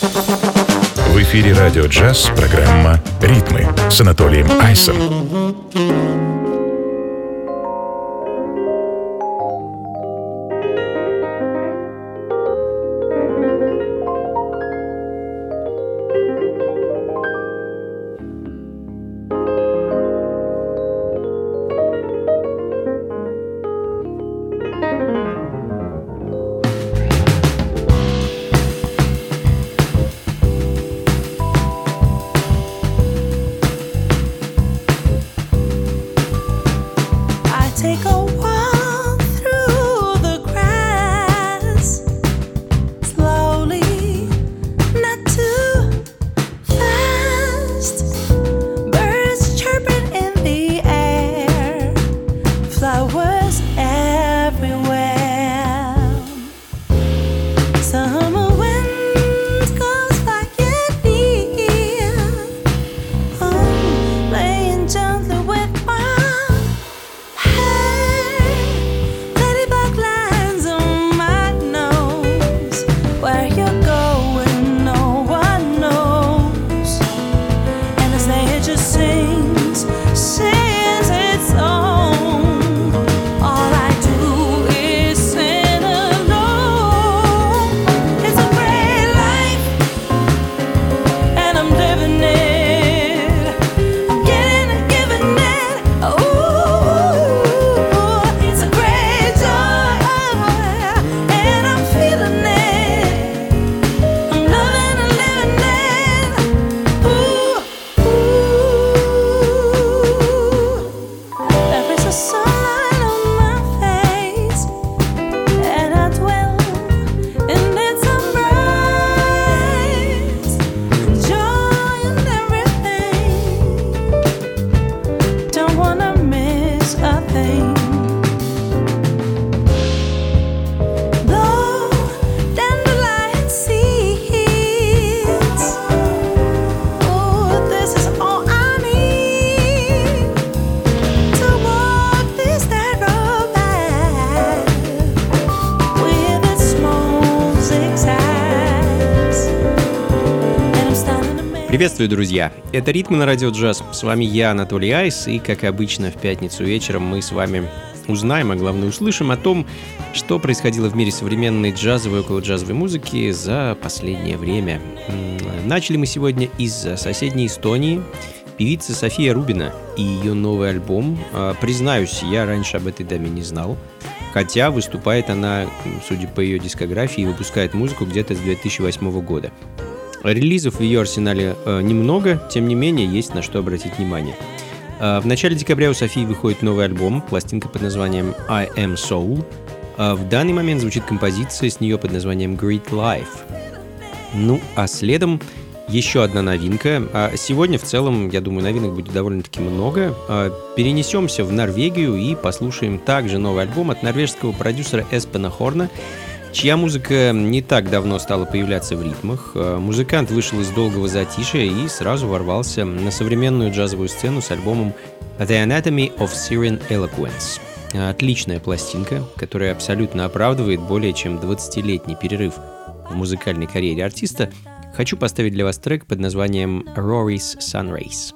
В эфире «Радио Джаз» программа «Ритмы» с Анатолием Айсом. Приветствую, друзья! Это «Ритмы» на Радио Джаз. С вами я, Анатолий Айс, и, как обычно, в пятницу вечером мы с вами узнаем, а главное услышим о том, что происходило в мире современной джазовой и околоджазовой музыки за последнее время. Начали мы сегодня из соседней Эстонии. Певица София Рубина и ее новый альбом. Признаюсь, я раньше об этой даме не знал. Хотя выступает она, судя по ее дискографии, выпускает музыку где-то с 2008 года. Релизов в ее арсенале немного, тем не менее, есть на что обратить внимание. В начале декабря у Софии выходит новый альбом, пластинка под названием I Am Soul. В данный момент звучит композиция с нее под названием Great Life. Ну, а следом еще одна новинка. Сегодня в целом, я думаю, новинок будет довольно-таки много. Перенесемся в Норвегию и послушаем также новый альбом от норвежского продюсера Эспена Хорна, чья музыка не так давно стала появляться в ритмах. Музыкант вышел из долгого затишья и сразу ворвался на современную джазовую сцену с альбомом The Anatomy of Syrian Eloquence. Отличная пластинка, которая абсолютно оправдывает более чем 20-летний перерыв в музыкальной карьере артиста. Хочу поставить для вас трек под названием Rory's Sunrays.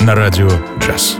на радио «Джаз».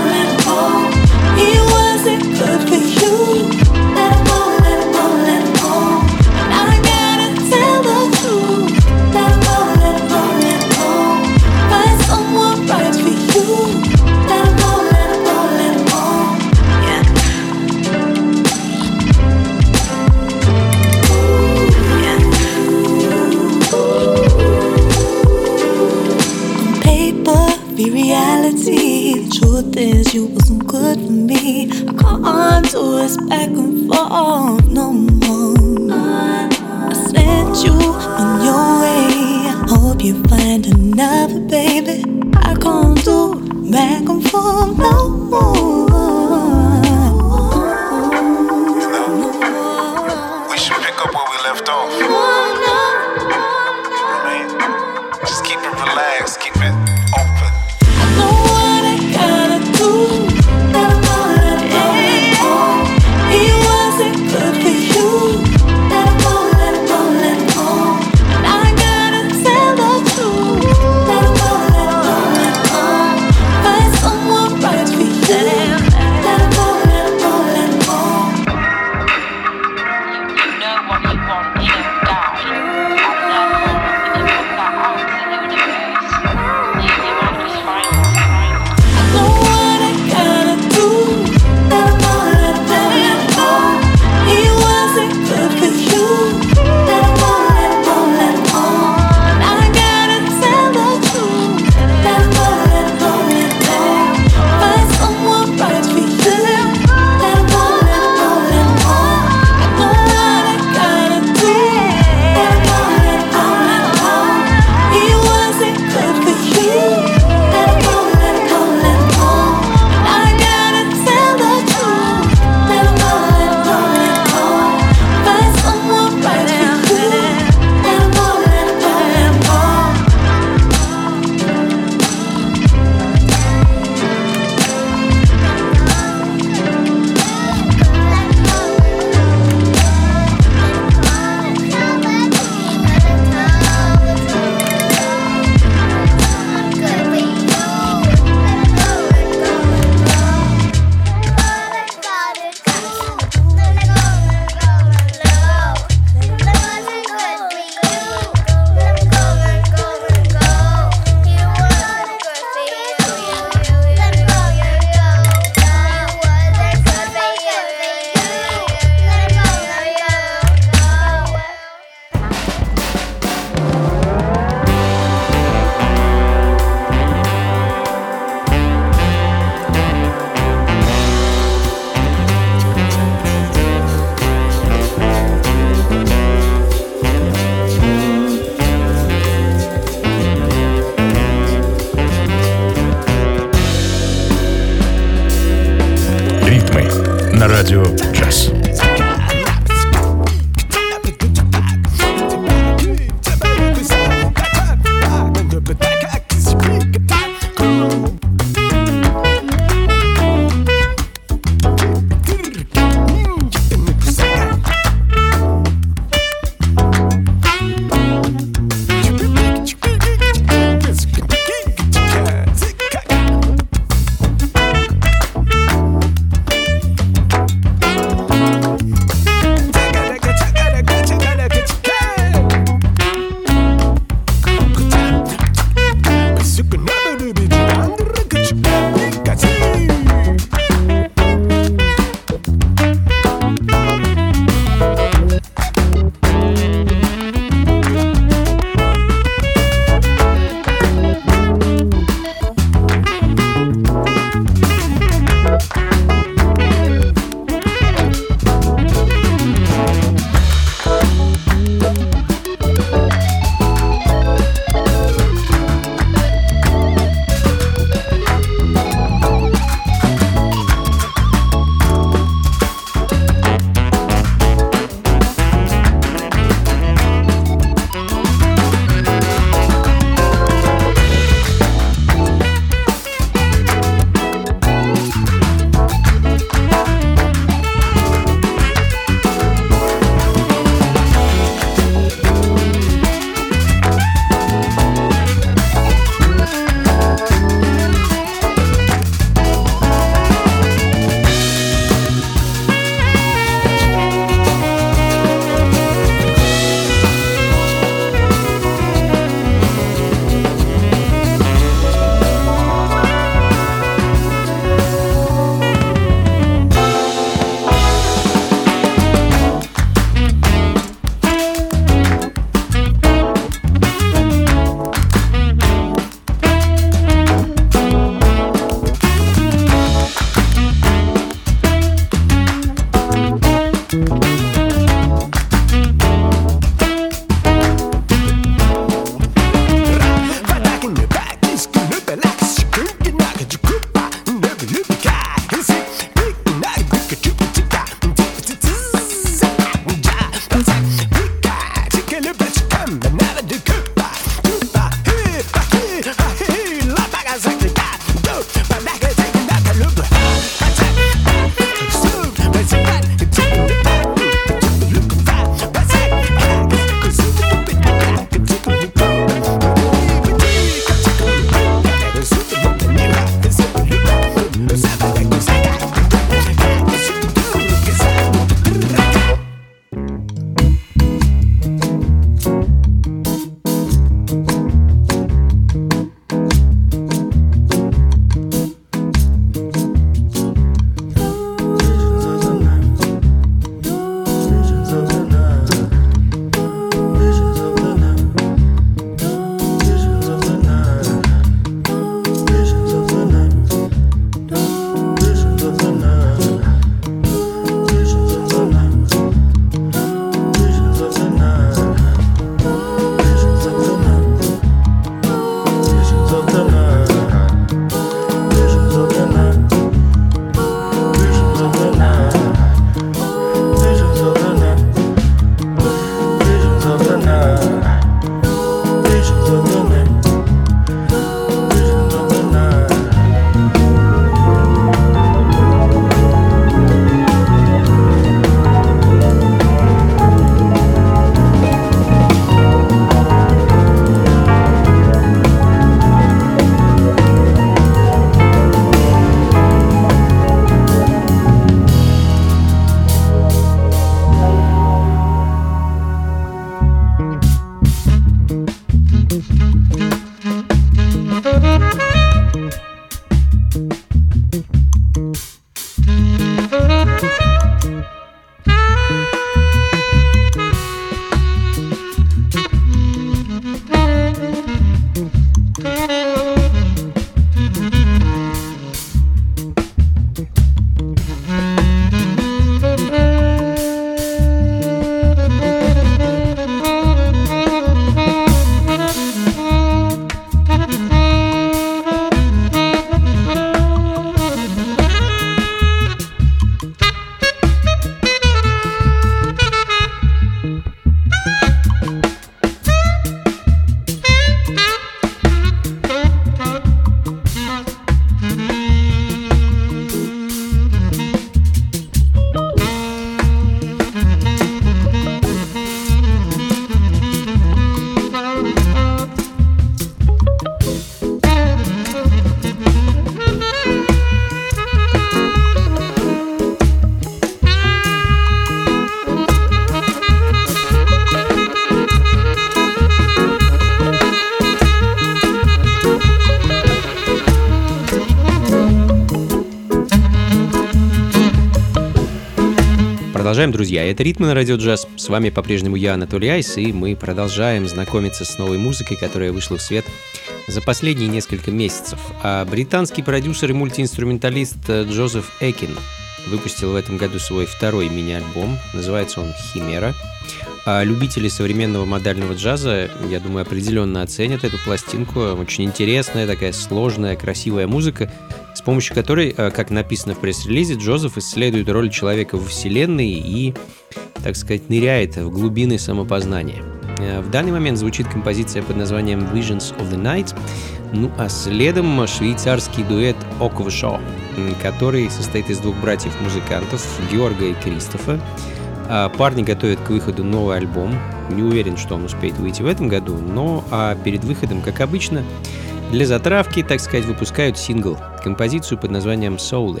Продолжаем, друзья. Это «Ритмы на радио джаз». С вами по-прежнему я, Анатолий Айс, и мы продолжаем знакомиться с новой музыкой, которая вышла в свет за последние несколько месяцев. А британский продюсер и мультиинструменталист Джозеф Экин выпустил в этом году свой второй мини-альбом. Называется он «Химера». А любители современного модального джаза, я думаю, определенно оценят эту пластинку. Очень интересная, такая сложная, красивая музыка, с помощью которой, как написано в пресс-релизе, Джозеф исследует роль человека во Вселенной и, так сказать, ныряет в глубины самопознания. В данный момент звучит композиция под названием «Visions of the Night», ну а следом швейцарский дуэт «Оквшо», который состоит из двух братьев-музыкантов Георга и Кристофа. Парни готовят к выходу новый альбом. Не уверен, что он успеет выйти в этом году, но перед выходом, как обычно, для затравки, так сказать, выпускают сингл, композицию под названием «Soul».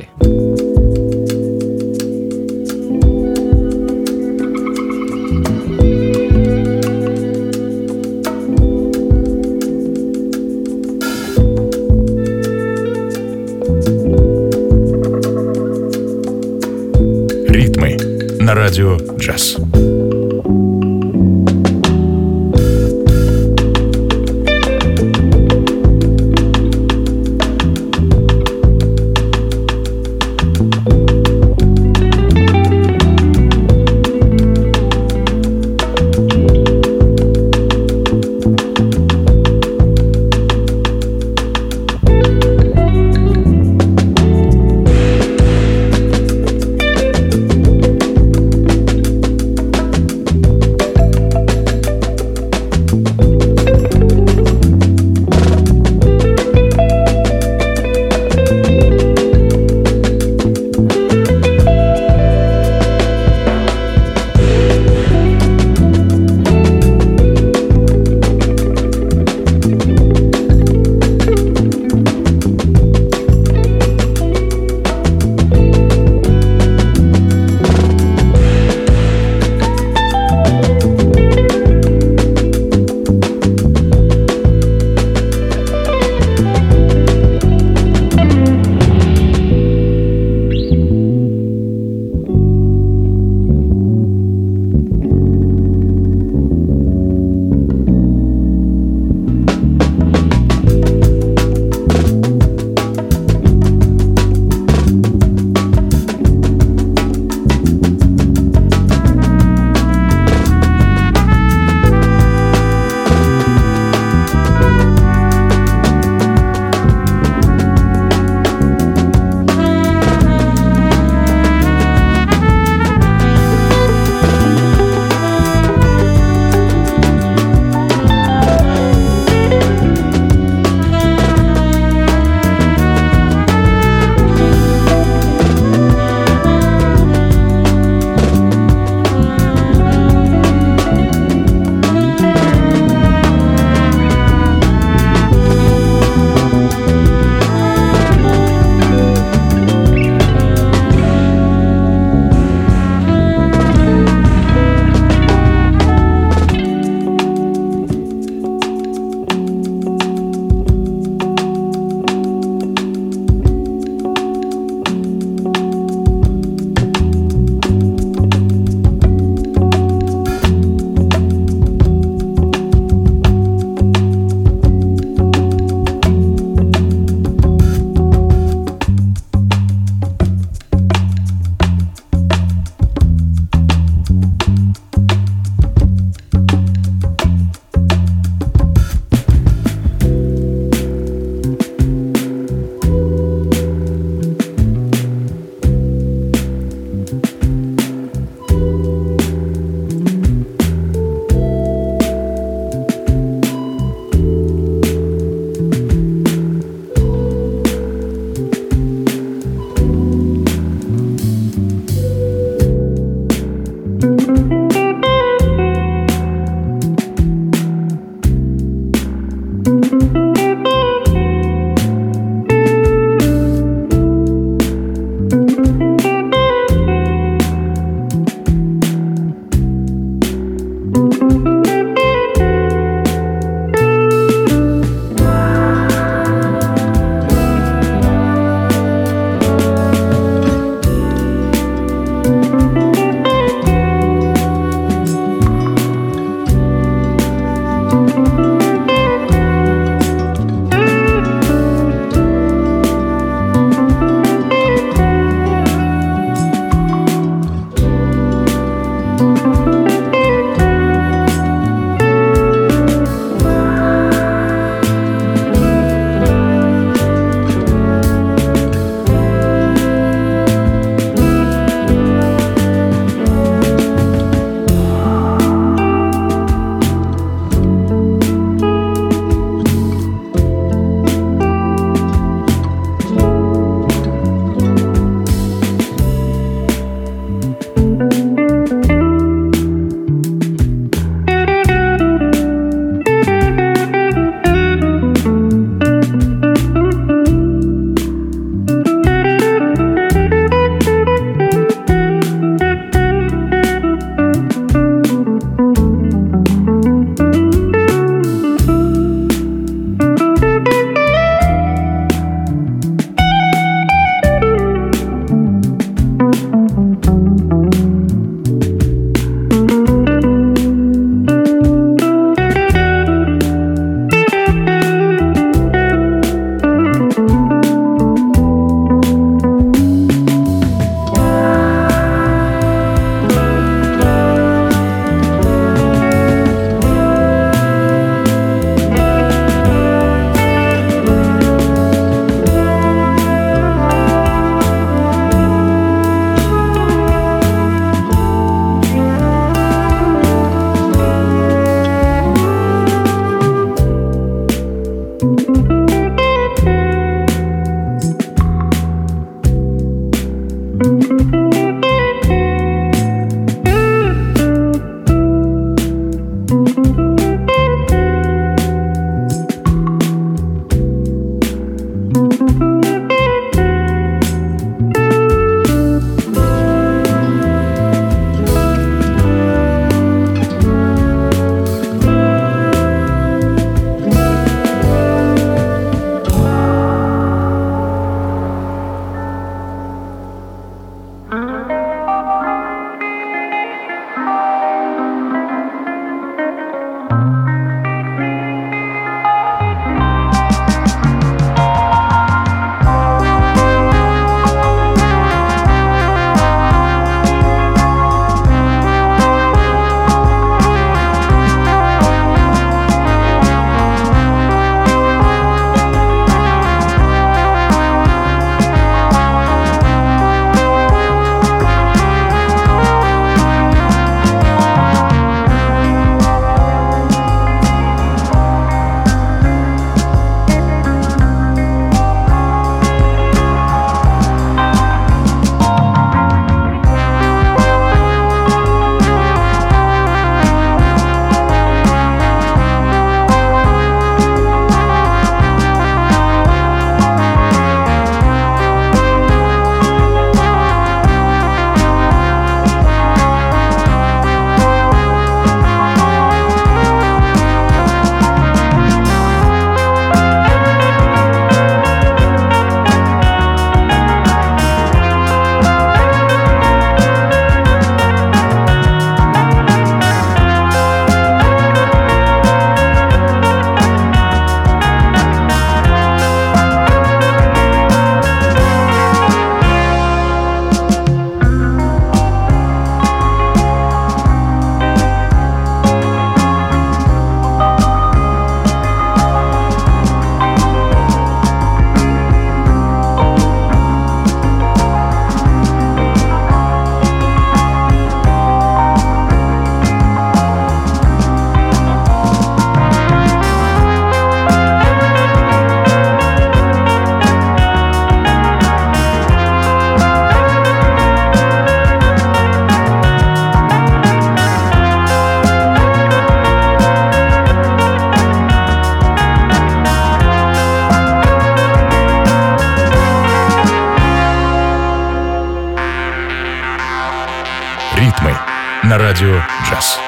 Ритмы на радио джаз. «Ритмы» на радио «Джаз».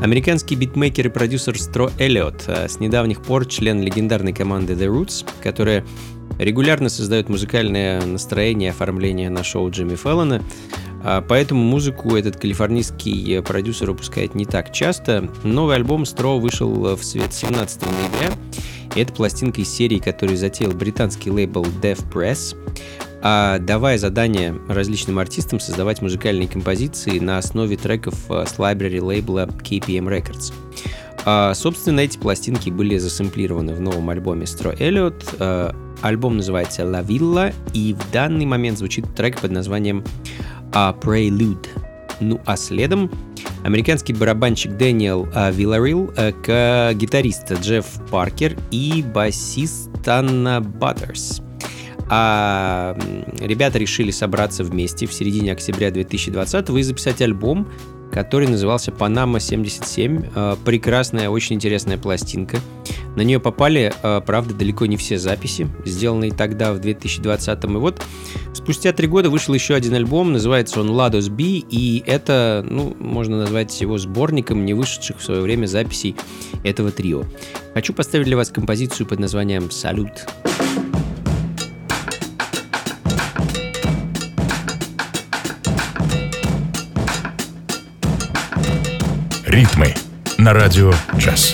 Американский битмейкер и продюсер Стро Эллиот, с недавних пор член легендарной команды The Roots, которая регулярно создает музыкальное настроение и оформление на шоу Джимми Фэллона. Поэтому музыку этот калифорнийский продюсер выпускает не так часто. Новый альбом Стро вышел в свет 17 ноября. Это пластинка из серии, которую затеял британский лейбл Def Press, давая задание различным артистам создавать музыкальные композиции на основе треков с лайбрери лейбла KPM Records. Собственно, эти пластинки были засэмплированы в новом альбоме Stro Elliott. Альбом называется La Villa, и в данный момент звучит трек под названием Prelude. Ну а следом американский барабанщик Дэниел Вилларил, гитарист Джефф Паркер и басист Танна Баттерс. Ребята решили собраться вместе в середине октября 2020 и записать альбом, который назывался Panama 77. Прекрасная, очень интересная пластинка. На нее попали, правда, далеко не все записи, сделанные тогда, в 2020-м. И вот спустя 3 года вышел еще один альбом, называется он Lados B, и это, можно назвать его сборником не вышедших в свое время записей этого трио. Хочу поставить для вас композицию под названием «Салют». Ритмы на радио «Джаз».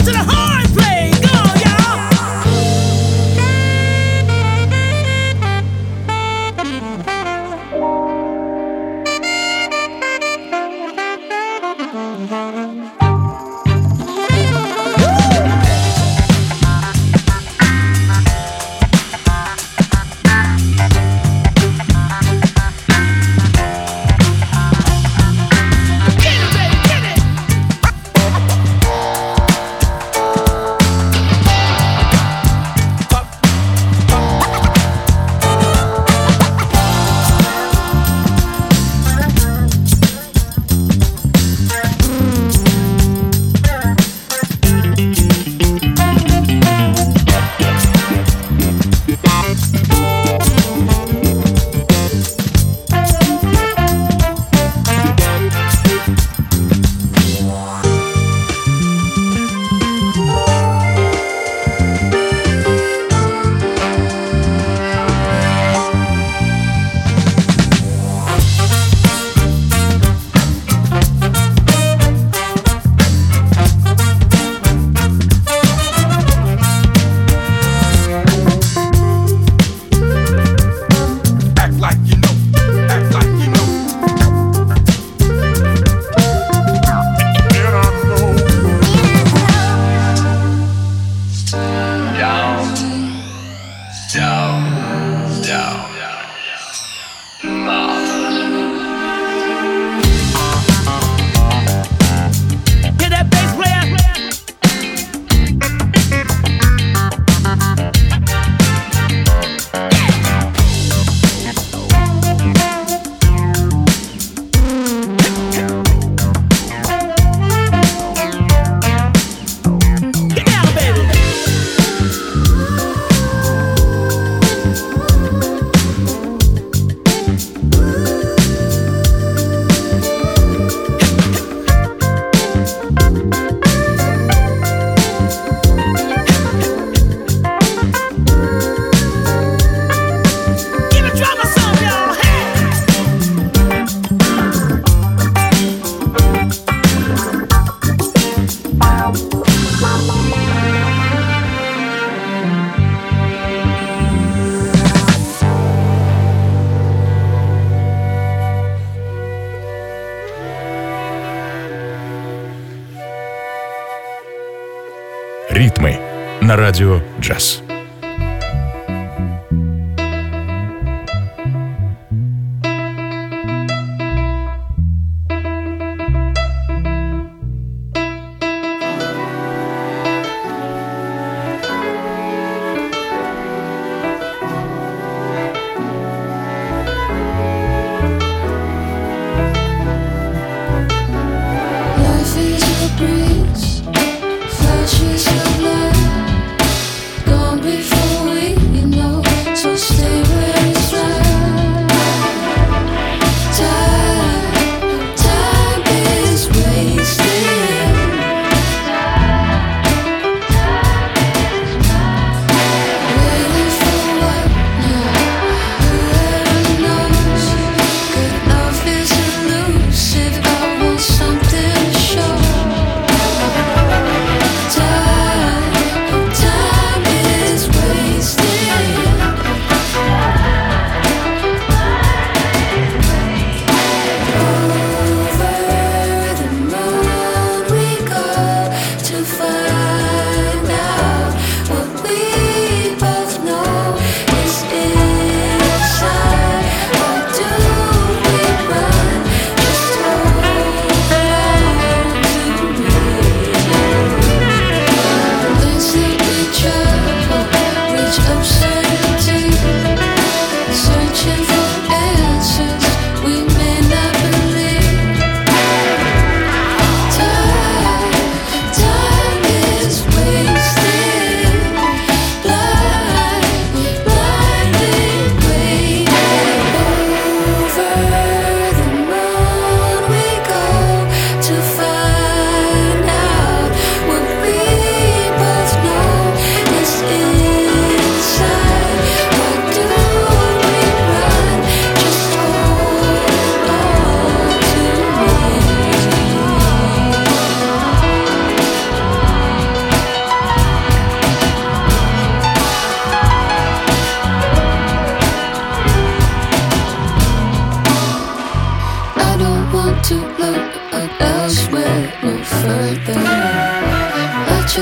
Ритмы на радио «Джаз». Gonna be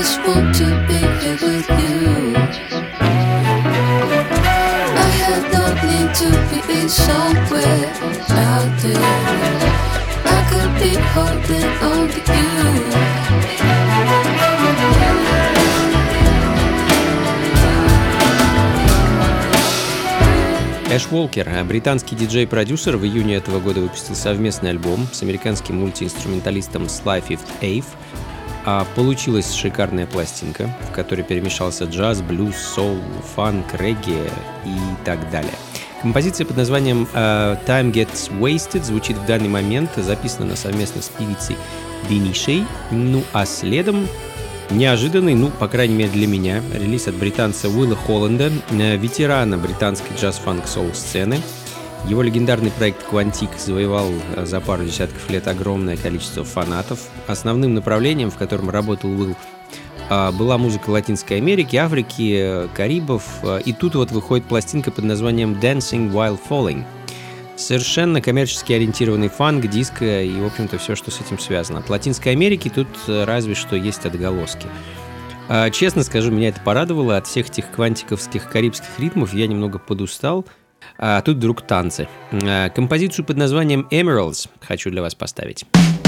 just want to be here with you. I have no need to be somewhere out there. I could be holding on to you. Эш Уолкер, британский диджей-продюсер, в июне этого года выпустил совместный альбом с американским мультиинструменталистом Sly Fifth Ave. Получилась шикарная пластинка, в которой перемешался джаз, блюз, соул, фанк, регги и так далее. Композиция под названием «Time Gets Wasted» звучит в данный момент, записана совместно с певицей Бини Шей. Ну а следом неожиданный, по крайней мере для меня, релиз от британца Уилла Холланда, ветерана британской джаз-фанк-соул сцены. Его легендарный проект «Квантик» завоевал за пару десятков лет огромное количество фанатов. Основным направлением, в котором работал Уилл, была музыка Латинской Америки, Африки, Карибов. И тут вот выходит пластинка под названием «Dancing While Falling». Совершенно коммерчески ориентированный фанк, диско и, в общем-то, все, что с этим связано. От Латинской Америки тут разве что есть отголоски. Честно скажу, меня это порадовало. От всех этих квантиковских карибских ритмов я немного подустал. А тут вдруг танцы. Композицию под названием «Emeralds» хочу для вас поставить.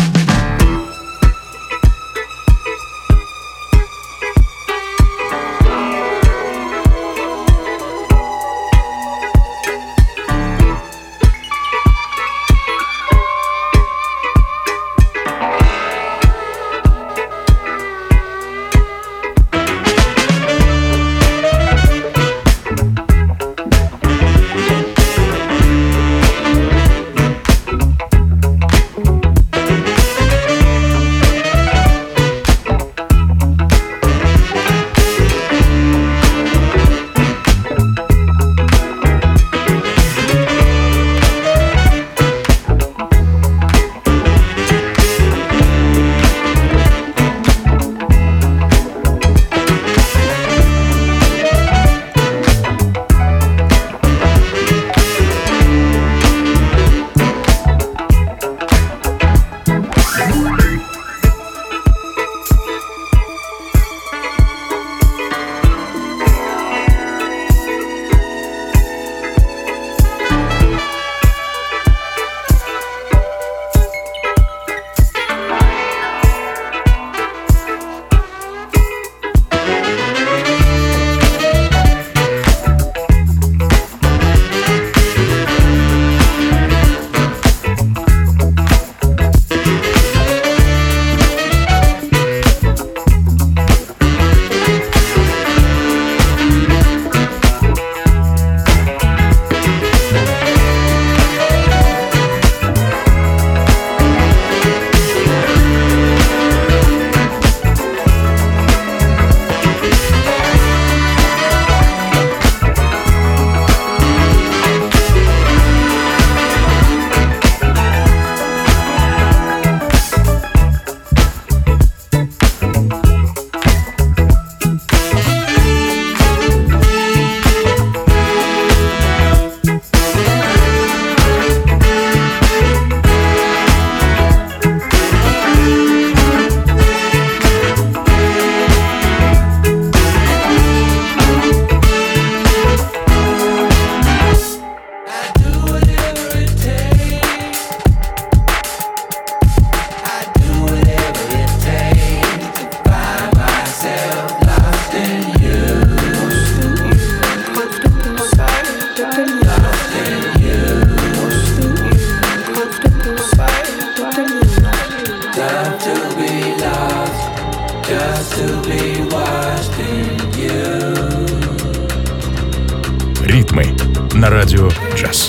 Ритмы на радио «Джаз».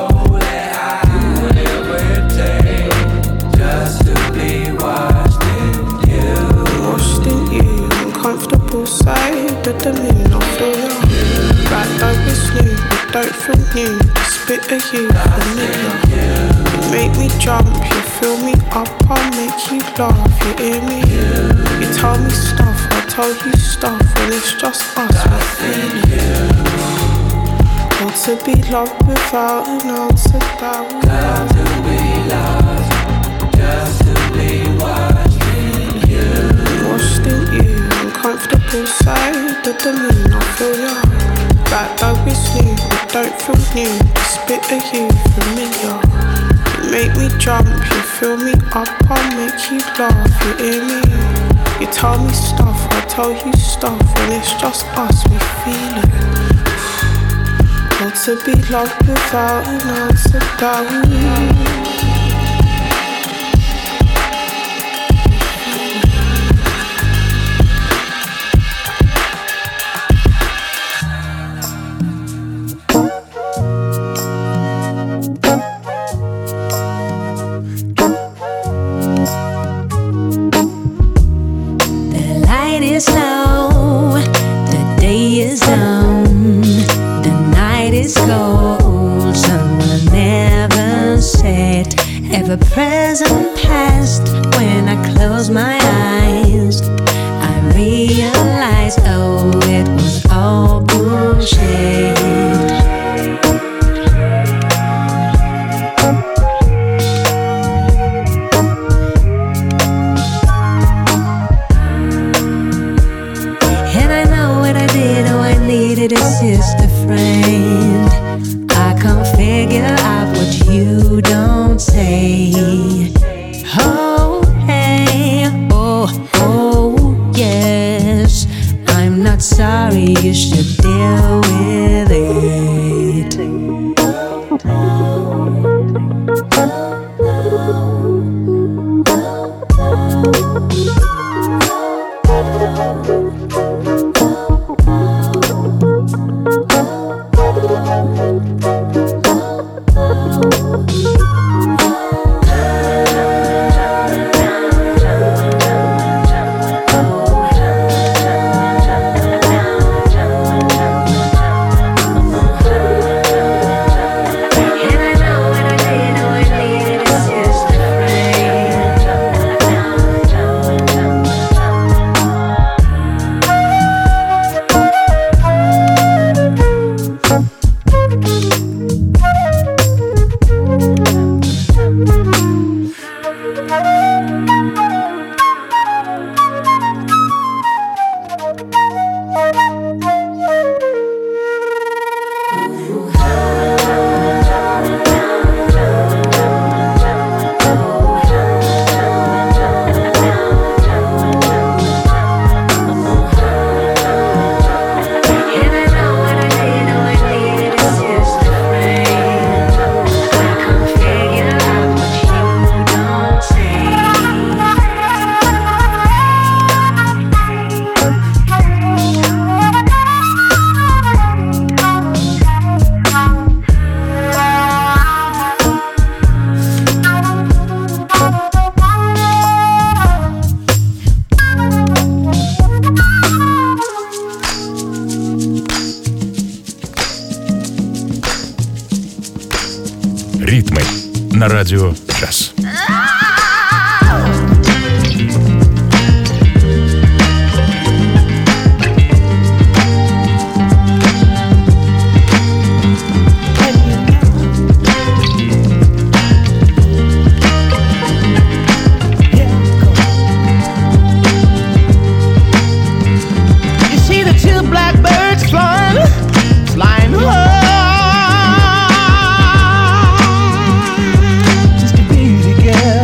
Side of the moon, I feel you. Right though it's new, but don't feel new. This bit of you, familiar. You make me jump, you fill me up, I'll make you laugh, you hear me? You tell me stuff, I tell you stuff. When it's just us, we're feeling. Want to be loved without an answer down. Love to be loved, just to be watched in you. Washed in you. Comfortable side of the moon, I feel ya. Like though it's new, but don't feel new. This bit of you, familiar. You make me jump, you fill me up, I'll make you laugh, you hear me? You tell me stuff, I tell you stuff. When it's just us, we feel it. Want to be loved without an answer down. Present past, when I close my eyes, I realize, oh, it was all bullshit. And I know what I did, oh, I needed a sister friend. I can't figure out what you don't say. Oh, hey, oh, yes. I'm not sorry, you should deal with it. Ритмы на радио «Джаз». Just to be together.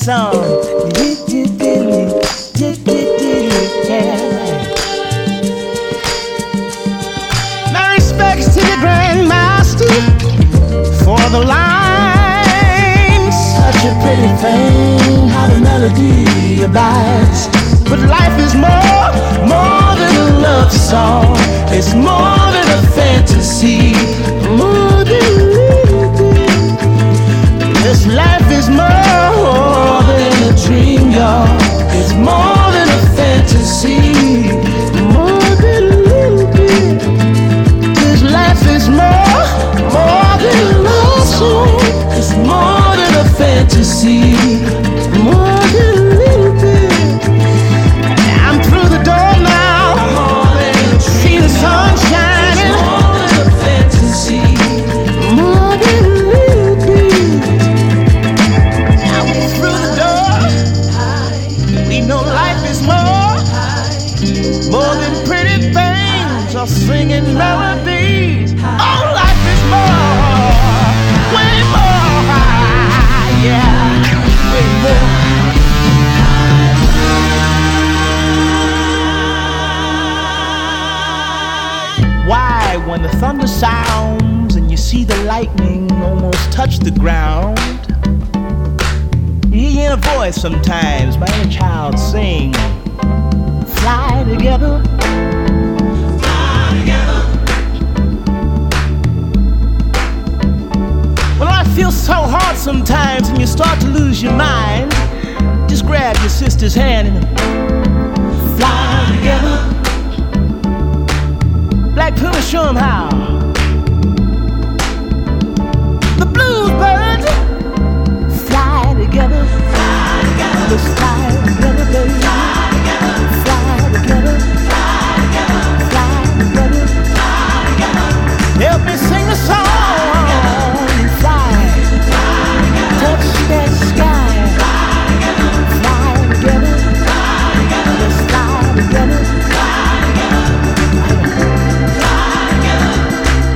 song. My respects to the Grandmaster for the line. Such a pretty thing, how the melody abides. But life is more than a love song. It's more than a fantasy, more than a little bit. This life is more than a dream, y'all. It's more than a fantasy, more than a little bit. This life is more than a love song. It's more than a fantasy, more than a little bit. I'm through the door now. See the sun shining. More than a fantasy, more than a little bit. Now we're through the door. We know life is more than pretty things or singing melodies. Oh, life is way more. Yeah, way more. Why, when the thunder sounds and you see the lightning almost touch the ground, you hear a voice sometimes, my inner child sing, fly together. Fly together. Well, I feel so hard sometimes and you start to lose your mind. Just grab your sister's hand and fly together. Black Puma, show 'em how. The bluebirds fly together. Fly together. Let's fly together, baby. Fly together. Fly together. Fly together. Fly together. Fly together. Help me sing a song. Fly. Fly together. Touch that sky. Fly together. Fly together. Fly together. Let's fly together. Fly together.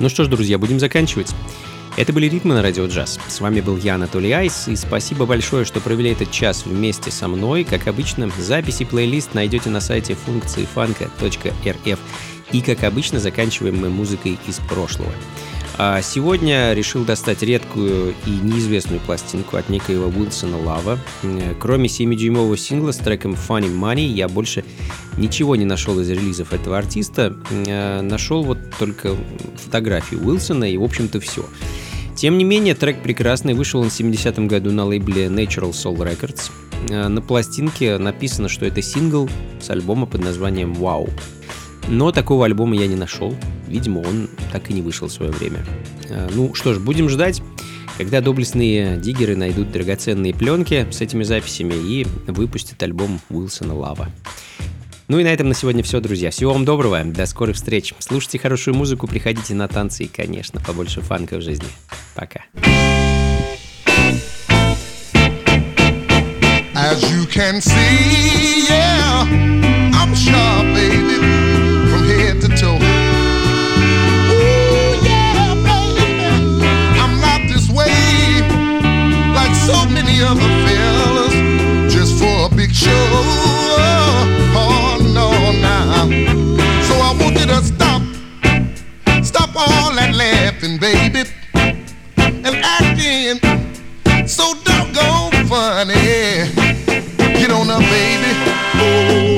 Ну что ж, друзья, будем заканчивать. Это были «Ритмы» на Радио Джаз. С вами был я, Анатолий Айс, и спасибо большое, что провели этот час вместе со мной. Как обычно, записи плейлист найдете на сайте функции фанка.рф. И, как обычно, заканчиваем мы музыкой из прошлого. А сегодня решил достать редкую и неизвестную пластинку от некоего Уилсона Лава. Кроме 7-дюймового сингла с треком Funny Money, я больше ничего не нашел из релизов этого артиста. Нашел вот только фотографии Уилсона и, в общем-то, все. Тем не менее, трек прекрасный, вышел он в 70-м году на лейбле Natural Soul Records. На пластинке написано, что это сингл с альбома под названием «Wow». Но такого альбома я не нашел. Видимо, он так и не вышел в свое время. Ну что ж, будем ждать, когда доблестные диггеры найдут драгоценные пленки с этими записями и выпустят альбом Уилсона Лава. Ну и на этом на сегодня все, друзья. Всего вам доброго, до скорых встреч. Слушайте хорошую музыку, приходите на танцы и, конечно, побольше фанка в жизни. Пока. As you can see, yeah, I'm sharp, baby, from head to toe. Ooh, yeah, baby, I'm not this way like so many other fellas, just for a big show. Oh, no, now. So I want you to stop all that laughing, baby, and acting so doggone funny. Get on up, baby. Ooh,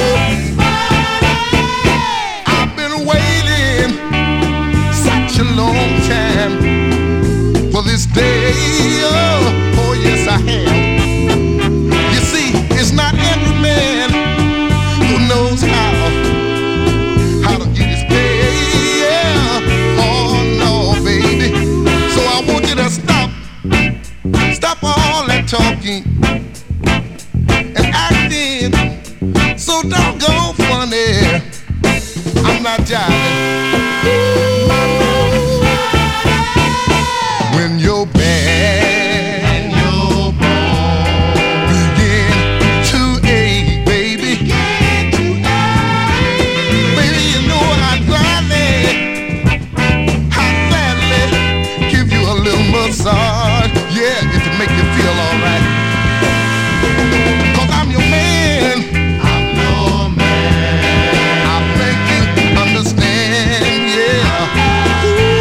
I've been waiting such a long time for this day. Oh, yes, I have. You see, it's not every man who knows how to get his pay. Yeah. Oh, no, baby. So I want you to stop all that talking and acting so doggone funny. I'm not jiving. When your band begin to ache, baby, baby, you know I'd gladly give you a little massage. Yeah, if it make you feel alright. 'Cause I'm your man. I'm your man. I think you understand, yeah.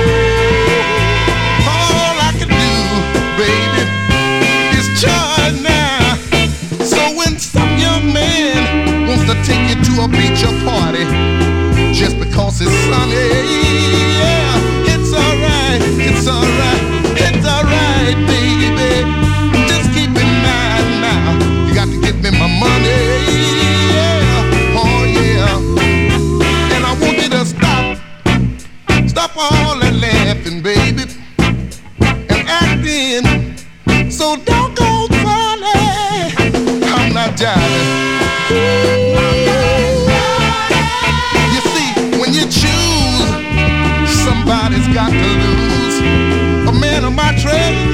Ooh, all I can do, baby, is charge now. So when some young man wants to take you to a beach or party, just because it's sunny, yeah, it's alright, it's alright, it's alright, baby. Just keep in mind now, you got to give me my money, yeah, oh yeah. And I want you to stop all that laughing, baby, and acting so doggone funny. I'm not jiving. You see, when you choose, somebody's got to lose. A man of my trade,